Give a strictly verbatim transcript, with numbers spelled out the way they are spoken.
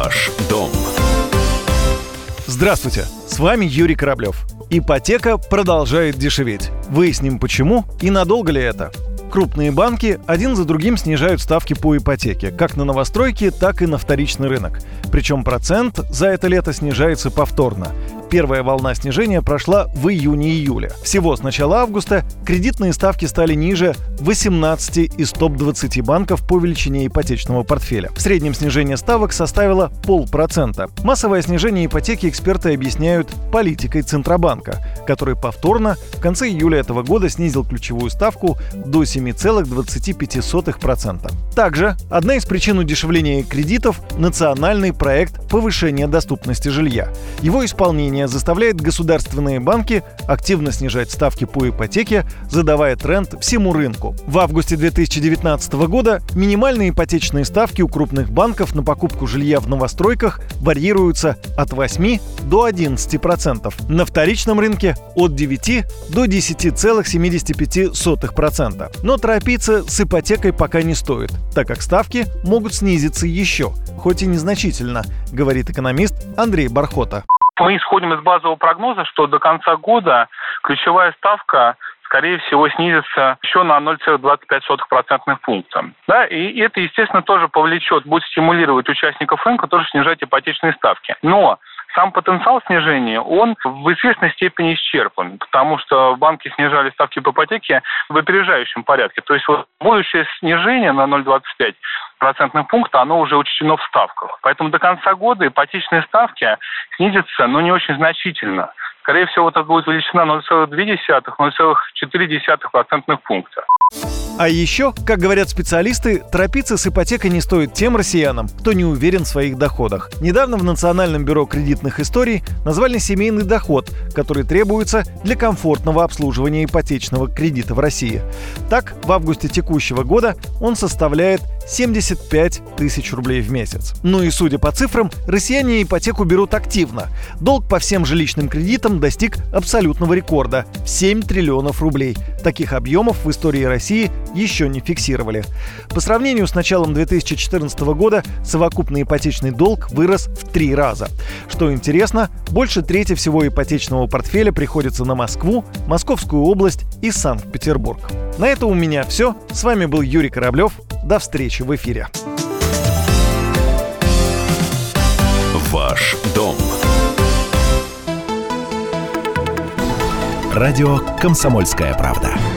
Ваш дом. Здравствуйте, с вами Юрий Кораблев. Ипотека продолжает дешеветь. Выясним, почему и надолго ли это. Крупные банки один за другим снижают ставки по ипотеке, как на новостройки, так и на вторичный рынок. Причем процент за это лето снижается повторно. Первая волна снижения прошла в июне-июле. Всего с начала августа кредитные ставки стали ниже восемнадцати из топ двадцати банков по величине ипотечного портфеля. В среднем снижение ставок составило полпроцента. Массовое снижение ипотеки эксперты объясняют политикой Центробанка, который повторно в конце июля этого года снизил ключевую ставку до семи целых двадцати пяти сотых процента. Также одна из причин удешевления кредитов – национальный проект повышения доступности жилья. Его исполнение заставляет государственные банки активно снижать ставки по ипотеке, задавая тренд всему рынку. В августе две тысячи девятнадцатого года минимальные ипотечные ставки у крупных банков на покупку жилья в новостройках варьируются от восьми до одиннадцати процентов. На вторичном рынке от девяти до десяти целых семидесяти пяти сотых процента. Но торопиться с ипотекой пока не стоит, так как ставки могут снизиться еще, хоть и незначительно, говорит экономист Андрей Бархота. Мы исходим из базового прогноза, что до конца года ключевая ставка, скорее всего, снизится еще на ноль целых двадцать пять сотых процентных пункта. Да, и это, естественно, тоже повлечет, будет стимулировать участников рынка тоже снижать ипотечные ставки. Но сам потенциал снижения, он в известной степени исчерпан, потому что банки снижали ставки по ипотеке в опережающем порядке. То есть вот будущее снижение на ноль целых двадцать пять сотых процентных пункта, оно уже учтено в ставках. Поэтому до конца года ипотечные ставки снизятся, но не очень значительно. Скорее всего, это будет величина ноль целых две десятых - ноль целых четыре десятых процентных пункта. А еще, как говорят специалисты, торопиться с ипотекой не стоит тем россиянам, кто не уверен в своих доходах. Недавно в Национальном бюро кредитных историй назвали семейный доход, который требуется для комфортного обслуживания ипотечного кредита в России. Так, в августе текущего года он составляет семьдесят пять тысяч рублей в месяц. Ну и судя по цифрам, россияне ипотеку берут активно. Долг по всем жилищным кредитам достиг абсолютного рекорда – в семь триллионов рублей. Таких объемов в истории России еще не фиксировали. По сравнению с началом две тысячи четырнадцатого года совокупный ипотечный долг вырос в три раза. Что интересно, больше трети всего ипотечного портфеля приходится на Москву, Московскую область и Санкт-Петербург. На это у меня все. С вами был Юрий Кораблев. До встречи в эфире. Ваш дом. Радио «Комсомольская правда».